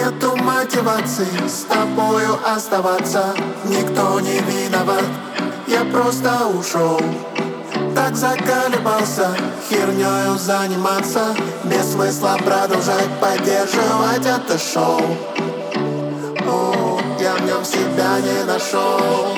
Нету мотивации с тобою оставаться. Никто не виноват, я просто ушел. Так заколебался хернёю заниматься. Без смысла продолжать поддерживать это шоу. Я в нем себя не нашел.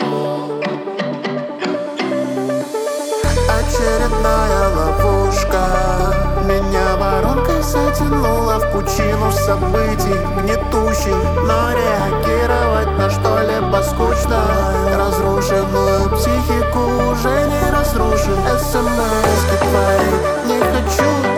Очередная ловушка меня воронкой затянула в пучину событий гнетущих. Но реагировать на что-либо скучно. Разрушенную психику уже не разрушит. СМС-ки твои не хочу